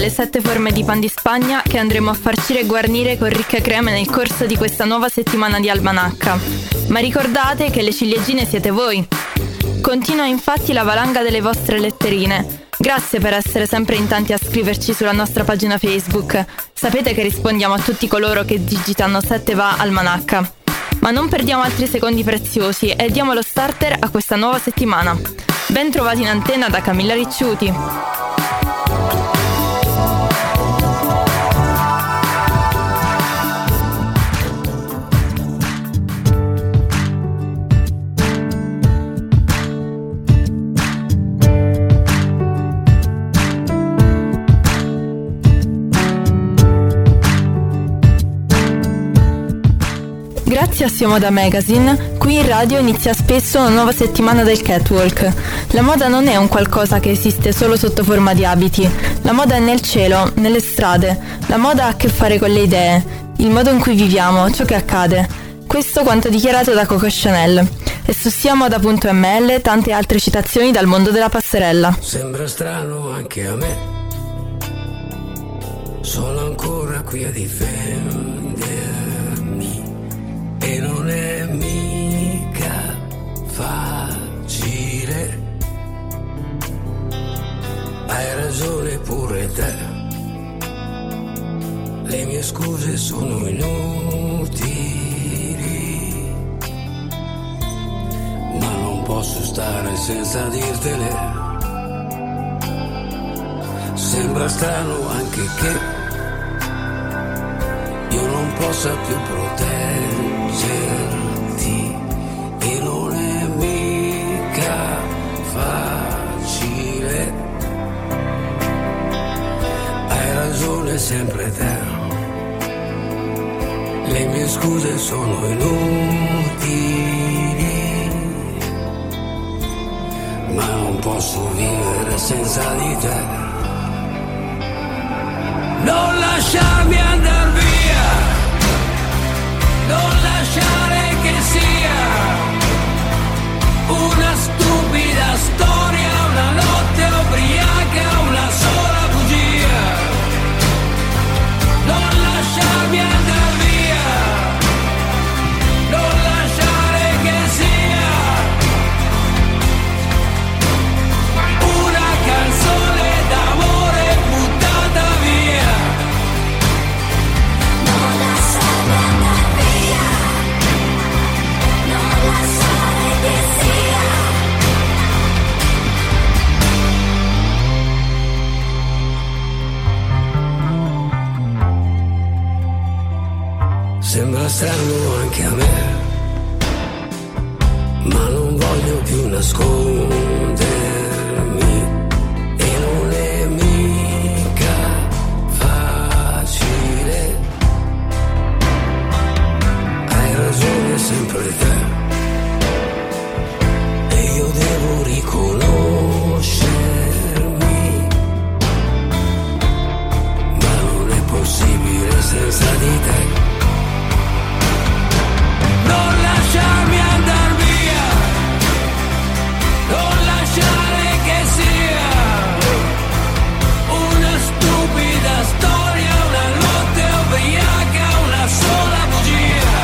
le 7 forme di pan di Spagna che andremo a farcire e guarnire con ricche creme nel corso di questa nuova settimana di Almanacca. Ma ricordate che le ciliegine siete voi. Continua infatti la valanga delle vostre letterine. Grazie per essere sempre in tanti a scriverci sulla nostra pagina Facebook. Sapete che rispondiamo a tutti coloro che digitano 7 va Almanacca. Ma non perdiamo altri secondi preziosi e diamo lo starter a questa nuova settimana. Ben trovati in antenna da Camilla Ricciuti. Grazie a Siomoda Magazine, qui in radio inizia spesso una nuova settimana del catwalk. La moda non è un qualcosa che esiste solo sotto forma di abiti. La moda è nel cielo, nelle strade. La moda ha a che fare con le idee, il modo in cui viviamo, ciò che accade. Questo quanto dichiarato da Coco Chanel. E su siamoda.ml tante altre citazioni dal mondo della passerella. Sembra strano anche a me, sono ancora qui a difendermi. E non è mica facile, hai ragione pure te, le mie scuse sono inutili, ma non posso stare senza dirtele. Sembra strano anche che io non possa più proteggerti, e non è mica facile, hai ragione sempre te, le mie scuse sono inutili, ma non posso vivere senza di te. Non lasciarmi andar via, non lasciare che sia una stupida storia, una notte ubriaca, una sola bugia. Non lasciarmi andar via, non lasciare che sia una canzone d'amore buttata via. Non lasciarmi andar via, non lasciare che sia. Sembra strano anche a me, ma non voglio più nascondermi, e non è mica facile, hai ragione sempre te, e io devo riconoscermi, ma non è possibile senza di te. Non lasciarmi andar via, non lasciare che sia una stupida storia, una notte ubriaca, una sola bugia.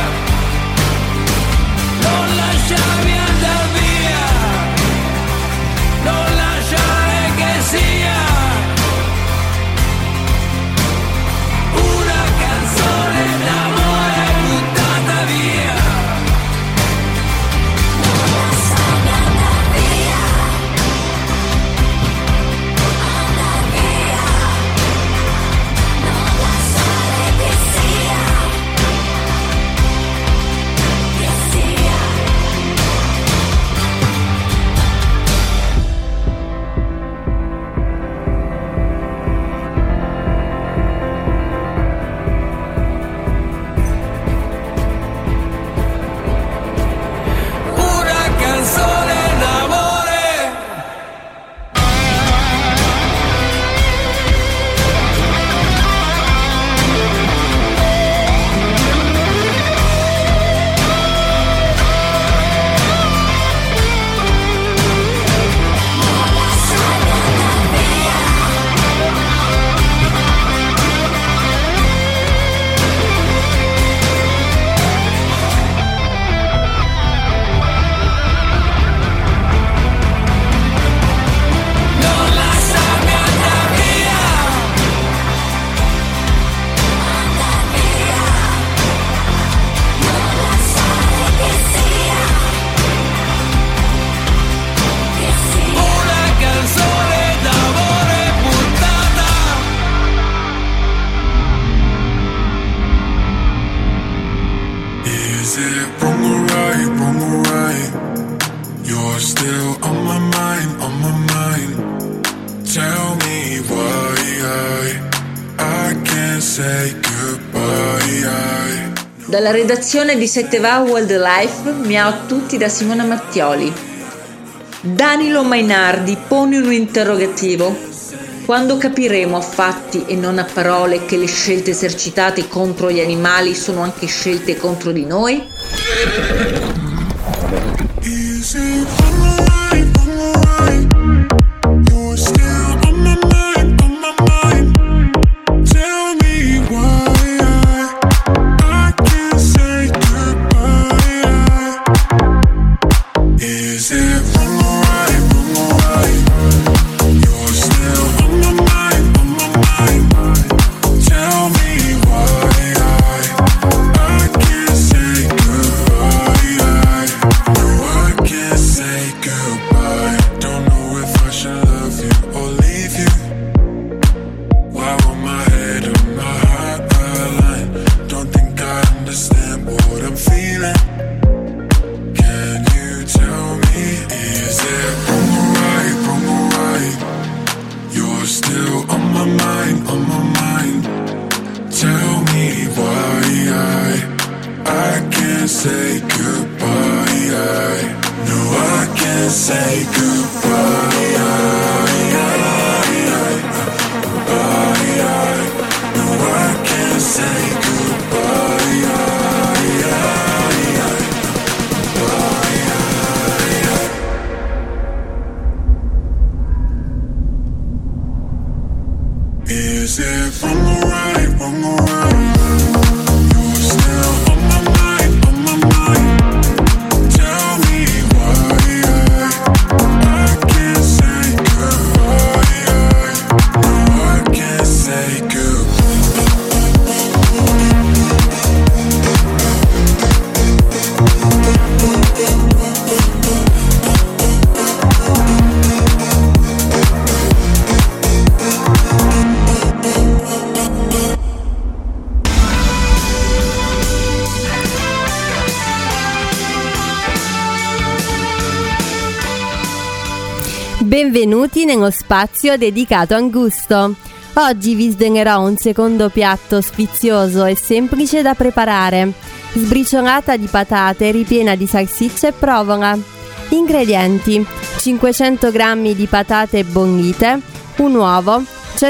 Non lasciarmi andar via, non lasciare che sia una canzone d'amore it wrong or right, wrong or right? You're still on my mind. Tell me why I can't say goodbye. Dalla redazione di 7 Vowel The Life, miao a tutti da Simona Mattioli. Danilo Mainardi pone un interrogativo. Quando capiremo a fatti e non a parole che le scelte esercitate contro gli animali sono anche scelte contro di noi? Benvenuti nello spazio dedicato al gusto. Oggi vi sdenerò un secondo piatto sfizioso e semplice da preparare. Sbriciolata di patate ripiena di salsiccia e provola. Ingredienti: 500 g di patate bollite, un uovo,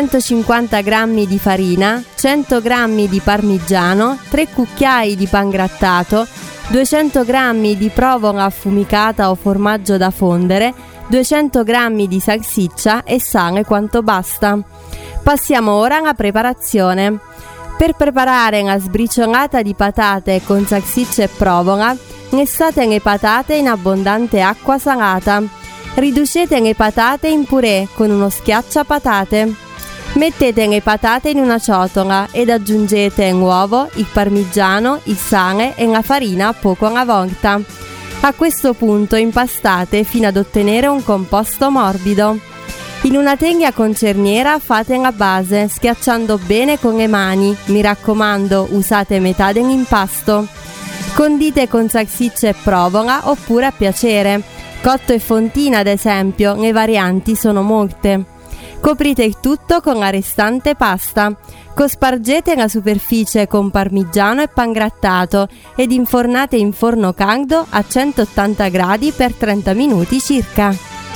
150 g di farina, 100 g di parmigiano, 3 cucchiai di pangrattato, 200 g di provola affumicata o formaggio da fondere, 200 g di salsiccia e sale quanto basta. Passiamo ora alla preparazione. Per preparare la sbriciolata di patate con salsiccia e provola, lessate le patate in abbondante acqua salata. Riducete le patate in purè con uno schiacciapatate. Mettete le patate in una ciotola ed aggiungete l'uovo, il parmigiano, il sale e la farina poco alla volta. A questo punto impastate fino ad ottenere un composto morbido. In una teglia con cerniera fate la base, schiacciando bene con le mani. Mi raccomando, usate metà dell'impasto. Condite con salsiccia e provola oppure a piacere. Cotto e fontina, ad esempio, le varianti sono molte. Coprite il tutto con la restante pasta. Cospargete la superficie con parmigiano e pangrattato ed infornate in forno caldo a 180 gradi per 30 minuti circa.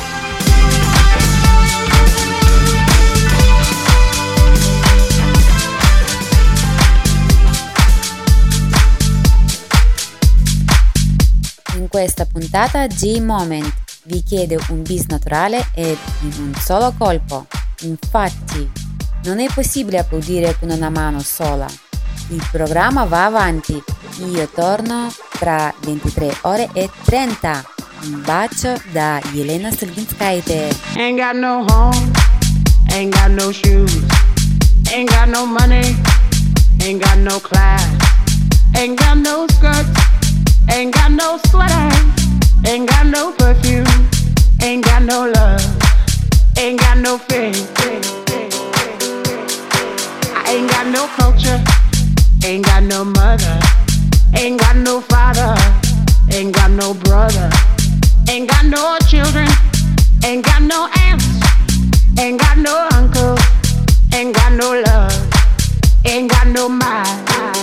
In questa puntata G-Moment vi chiede un bis naturale ed in un solo colpo. Infatti, non è possibile applaudire con una mano sola. Il programma va avanti. Io torno tra 23:30. Un bacio da Elena Stulginskaite. Ain't got no home, ain't got no shoes, ain't got no money, ain't got no class, ain't got no skirts, ain't got no sweater, ain't got no perfume, ain't got no love, ain't got no faith. I ain't got no culture, ain't got no mother, Ain't got no father, ain't got no brother, ain't got no children, ain't got no aunts, ain't got no uncle, ain't got no love, ain't got no mind.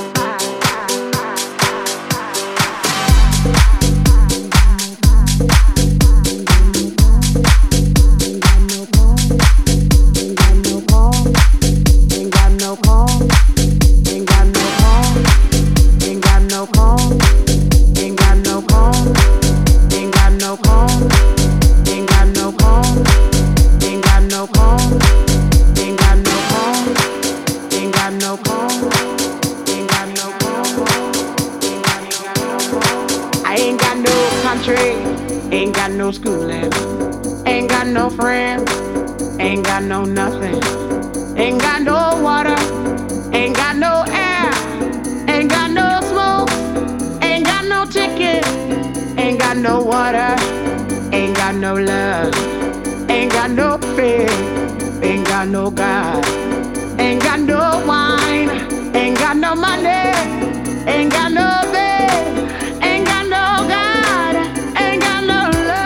Ain't got no schooling, ain't got no friends, ain't got no nothing, ain't got no water, ain't got no air, ain't got no smoke, ain't got no ticket, ain't got no water, ain't got no love, ain't got no faith, ain't got no God, ain't got no wine, ain't got no money, ain't got no bed, ain't got no God, ain't got no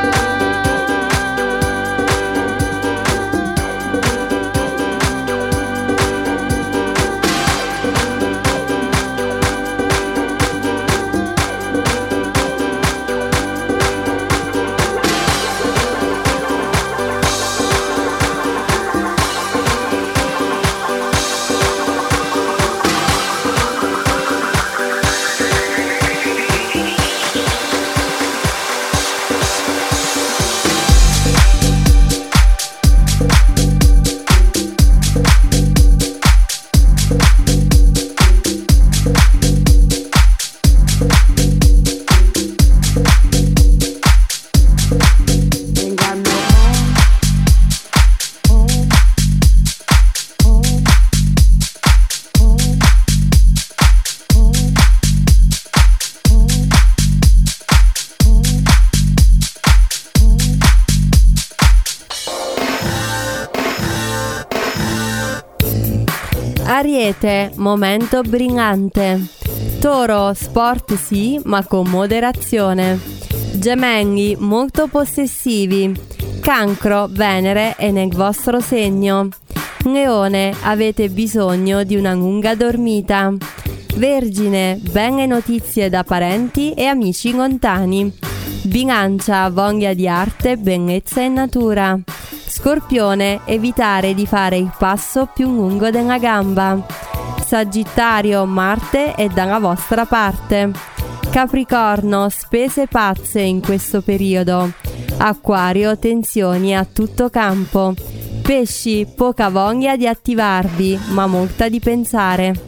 Ariete, momento brillante. Toro, sport sì, ma con moderazione. Gemelli, molto possessivi. Cancro, Venere è nel vostro segno. Leone, avete bisogno di una lunga dormita. Vergine, belle notizie da parenti e amici lontani. Bilancia, voglia di arte, bellezza e natura. Scorpione, evitare di fare il passo più lungo della gamba. Sagittario, Marte è dalla vostra parte. Capricorno, spese pazze in questo periodo. Acquario, tensioni a tutto campo. Pesci, poca voglia di attivarvi, ma molta di pensare.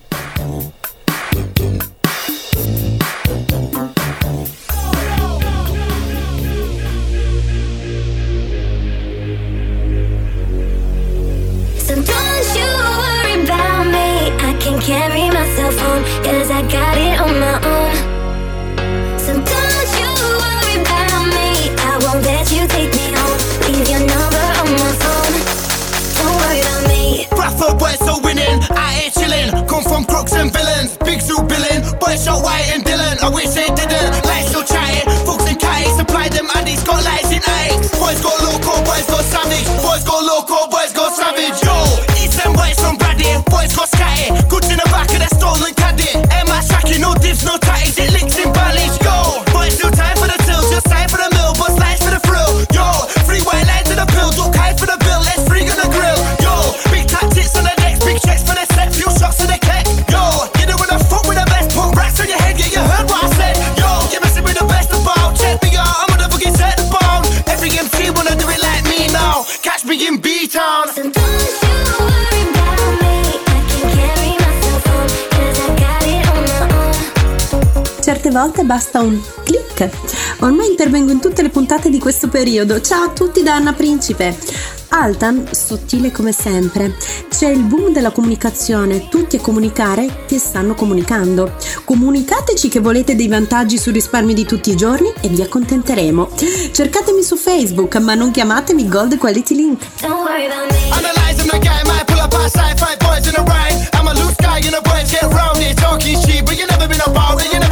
Carry myself home, cause I got it on my own. So don't you worry about me, I won't let you take me home. Leave your number on my phone, don't worry about me. Bradford boys so winning, out here chilling. Come from crooks and villains, big zoo billing. Boys so white and Dylan, I wish they didn't. Lights still chatting, folks and kites. Supply them Andy's got lights in eggs. Boys got local, boys got savage. Boys got local, boys got savage. Yo, it's them boys from Brady, boys got scatty. Goods in the back of their stolen caddy. Emma Shaki, no divs, no tatties. It licks in valleys, yo. Boys no time for the tills, just time for the mill. But slides for the thrill, yo. Free white lines to the pill, duck high for the bill. Let's freak on the grill, yo. Big tactics on the decks, big checks for the set. Few shots to the keck, yo. You know when I fuck with the best, put racks on your head, yeah, you heard what I said, yo. You messing with the best about, check me out, I'm gonna fucking set the bone. Every MC wanna do it like me now. Catch me in B-Town. So don't you worry about me, I can carry myself home, cause I got it on my own. Certe volte basta un click. Ormai intervengo in tutte le puntate di questo periodo. Ciao a tutti da Anna Principe. Altan, sottile come sempre. C'è il boom della comunicazione, tutti a comunicare che stanno comunicando. Comunicateci che volete dei vantaggi sul risparmio di tutti i giorni e vi accontenteremo. Cercatemi su Facebook, ma non chiamatemi Gold Quality Link. Don't worry about me. Analyze the guy, might pull up outside, 5 boys in a ride. I'm a loose guy, and the boys get round it. Talking shit, but you never been about it, you know.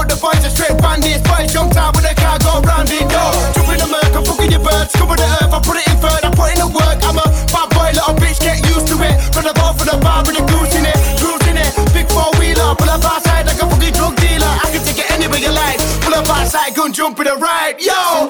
with the boys are straight bandits. Boys jumped out with the car, go round it, yo. Jump in the Merc, I'm fucking your birds. Cover the earth, I put it in third, I put in the work. I'm a bad boy, little bitch, get used to it. From the bar for the bar with the goose in it, cruising it. Big four-wheeler, pull up outside like a fucking drug dealer. I can take it anywhere you like. Pull up outside, go and jump in the ride, yo.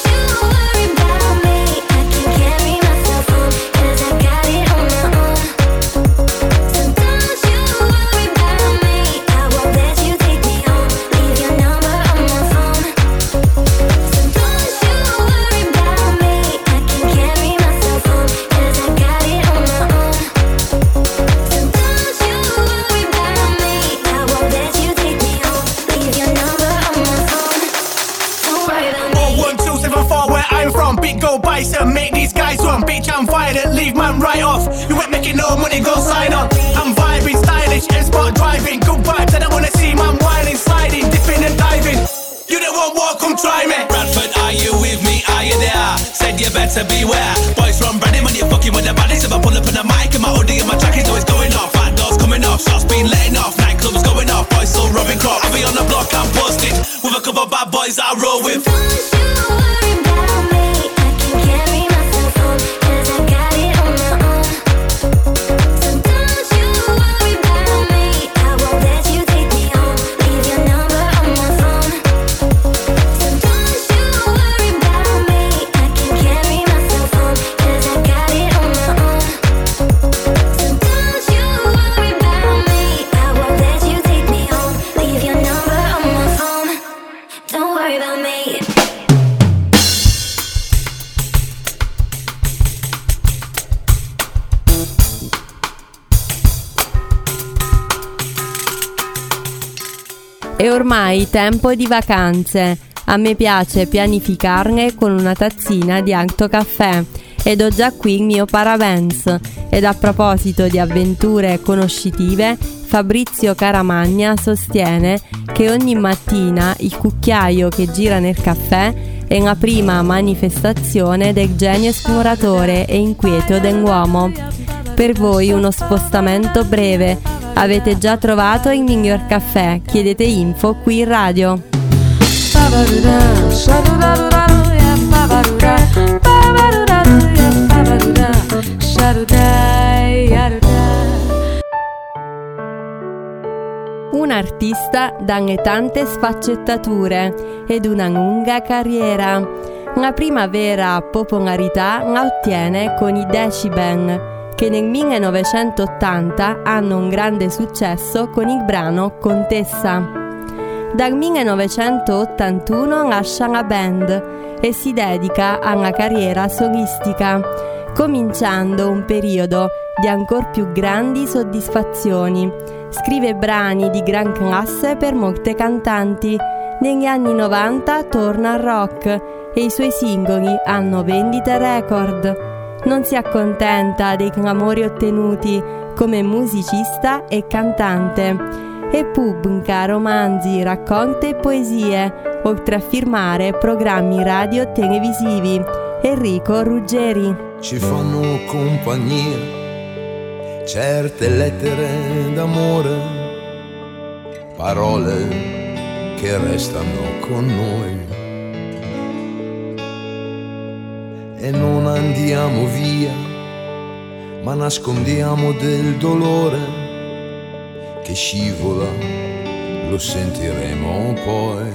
Make these guys run, bitch, I'm violent, leave man right off. You ain't making no money, go sign on. I'm vibing, stylish, S-Sport driving. Good vibes, I don't wanna see man whining, sliding, dipping and diving. You don't want walk, come try me. Bradford, are you with me, are you there? Said you better beware. Boys run running when you're fucking with the baddies. If I pull up in the mic and my hoodie and my jacket's always going off. Fat doors coming off, shots been letting off. Nightclubs going off, boys still rubbing crop. I'll be on the block, I'm posted with a couple of bad boys that I roll with. È ormai tempo di vacanze. A me piace pianificarne con una tazzina di Anto Caffè ed ho già qui il mio parabens. Ed a proposito di avventure conoscitive, Fabrizio Caramagna sostiene che ogni mattina il cucchiaio che gira nel caffè è la prima manifestazione del genio esploratore e inquieto dell'uomo. Per voi uno spostamento breve. Avete già trovato il miglior caffè? Chiedete info qui in radio. Un artista dalle tante sfaccettature ed una lunga carriera. La prima vera popolarità la ottiene con i Decibel, che nel 1980 hanno un grande successo con il brano Contessa. Dal 1981 lascia la band e si dedica alla carriera solistica, cominciando un periodo di ancor più grandi soddisfazioni. Scrive brani di gran classe per molte cantanti. Negli anni 90 torna al rock e i suoi singoli hanno vendite record. Non si accontenta dei clamori ottenuti come musicista e cantante e pubblica romanzi, raccolte e poesie, oltre a firmare programmi radio e televisivi. Enrico Ruggeri. Ci fanno compagnia certe lettere d'amore, parole che restano con noi. E non andiamo via, ma nascondiamo del dolore che scivola, lo sentiremo poi.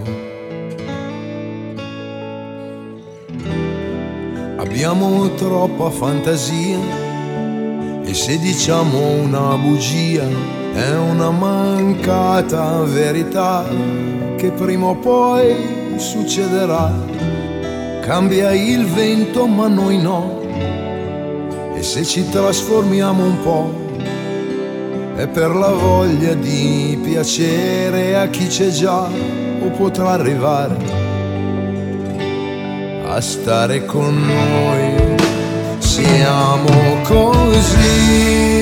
Abbiamo troppa fantasia e se diciamo una bugia è una mancata verità che prima o poi succederà. Cambia il vento ma noi no, e se ci trasformiamo un po' è per la voglia di piacere a chi c'è già o potrà arrivare a stare con noi. Siamo così,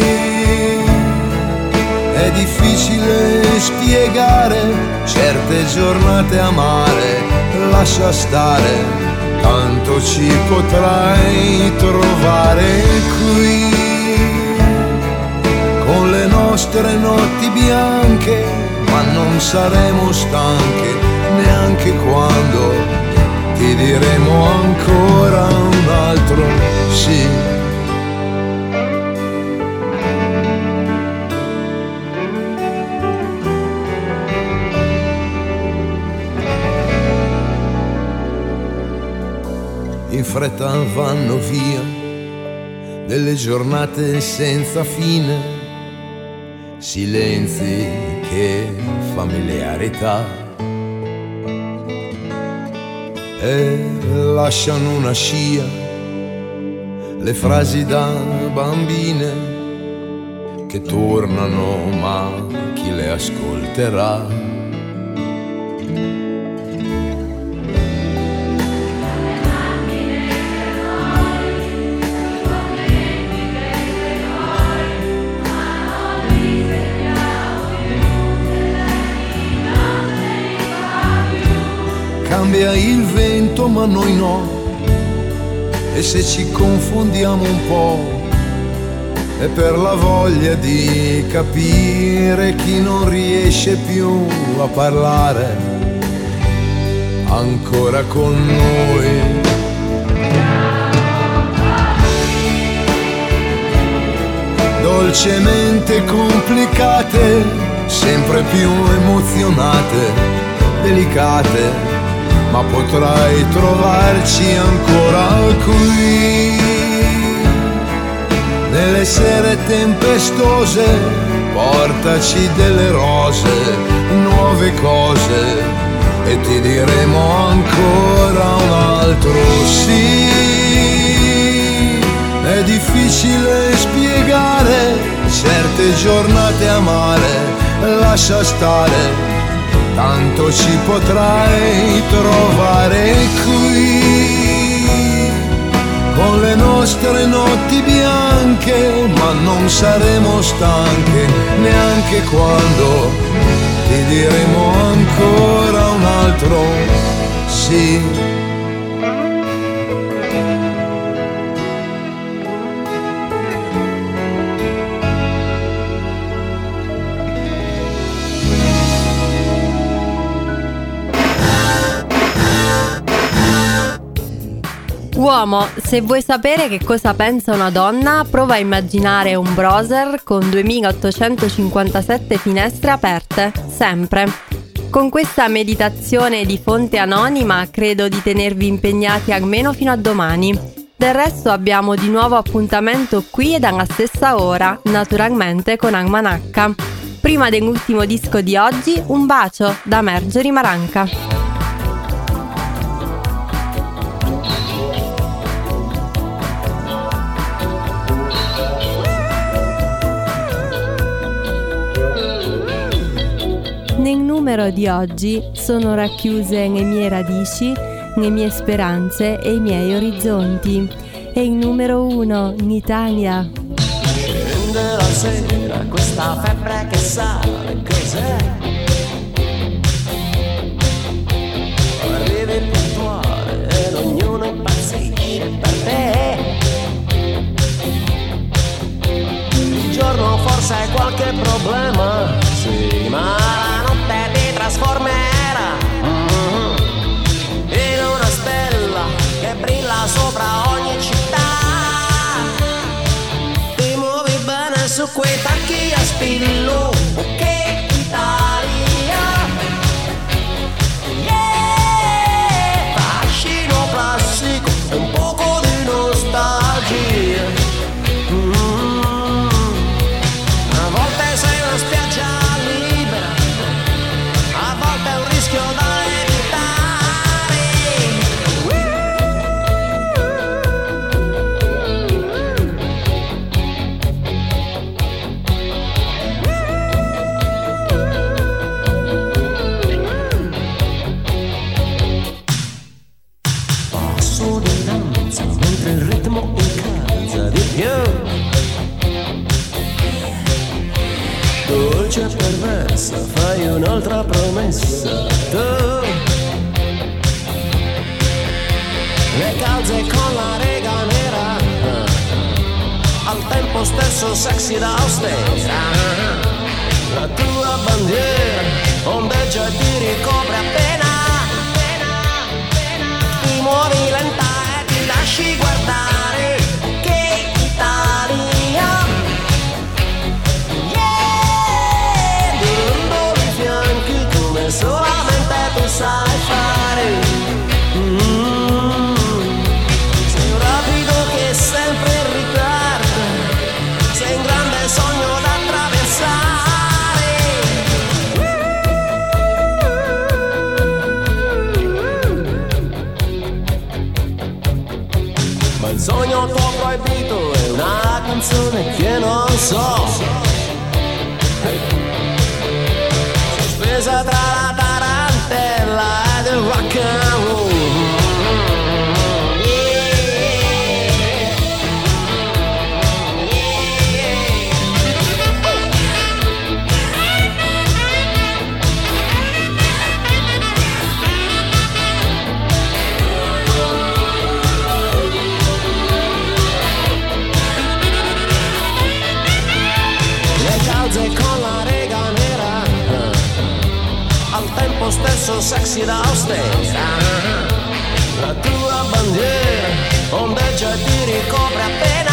è difficile spiegare certe giornate amare, lascia stare. Tanto ci potrai trovare qui, con le nostre notti bianche, ma non saremo stanche neanche quando ti diremo ancora un altro sì. In fretta vanno via delle giornate senza fine, silenzi che familiarità, e lasciano una scia le frasi da bambine che tornano, ma chi le ascolterà? Cambia il vento ma noi no, e se ci confondiamo un po' è per la voglia di capire chi non riesce più a parlare ancora con noi. Dolcemente complicate, sempre più emozionate, delicate, ma potrai trovarci ancora qui. Nelle sere tempestose portaci delle rose, nuove cose, e ti diremo ancora un altro sì. È difficile spiegare certe giornate amare, lascia stare, tanto ci potrai trovare qui, con le nostre notti bianche, ma non saremo stanche neanche quando ti diremo ancora un altro sì. Uomo, se vuoi sapere che cosa pensa una donna, prova a immaginare un browser con 2857 finestre aperte, sempre. Con questa meditazione di fonte anonima credo di tenervi impegnati almeno fino a domani. Del resto abbiamo di nuovo appuntamento qui ed alla stessa ora, naturalmente con Almanacca. Prima dell'ultimo disco di oggi, un bacio da Marjorie Maranca. Nel numero di oggi sono racchiuse le mie radici, le mie speranze e i miei orizzonti. È il numero 1 in Italia. Scende la sera, questa febbre che sale, cos'è? Arrivi puntuale ed ognuno impazzisce per te. Il giorno forse hai qualche problema, sì, ma trasformerà in una stella che brilla sopra ogni città. Ti muovi bene su quei tacchi a spillo, che Italia, yeah! Fascino classico, un poco di nostalgia. A volte sei una spiaggia libera, a volte è un rischio da passo di danza mentre il ritmo incalza di più. Dolce e perversa, fai un'altra promessa, tu. Le calze con la rega nera, al tempo stesso sexy da austera. La tua bandiera ondeggia e ti ricopre appena ti muovi lenta e ti lasci guardare. Che Italia, yeah, dando i fianchi come solamente tu sai fare. Sei un rapido che sempre in ritardo, sei un grande sogno da attraversare. Ma il sogno tuo proibito è una canzone che non so, sospesa tra la tarantella ed il rock and roll. Con la rega nera, al tempo stesso sexy da austera, la tua bandiera ondeggia e ti ricopre appena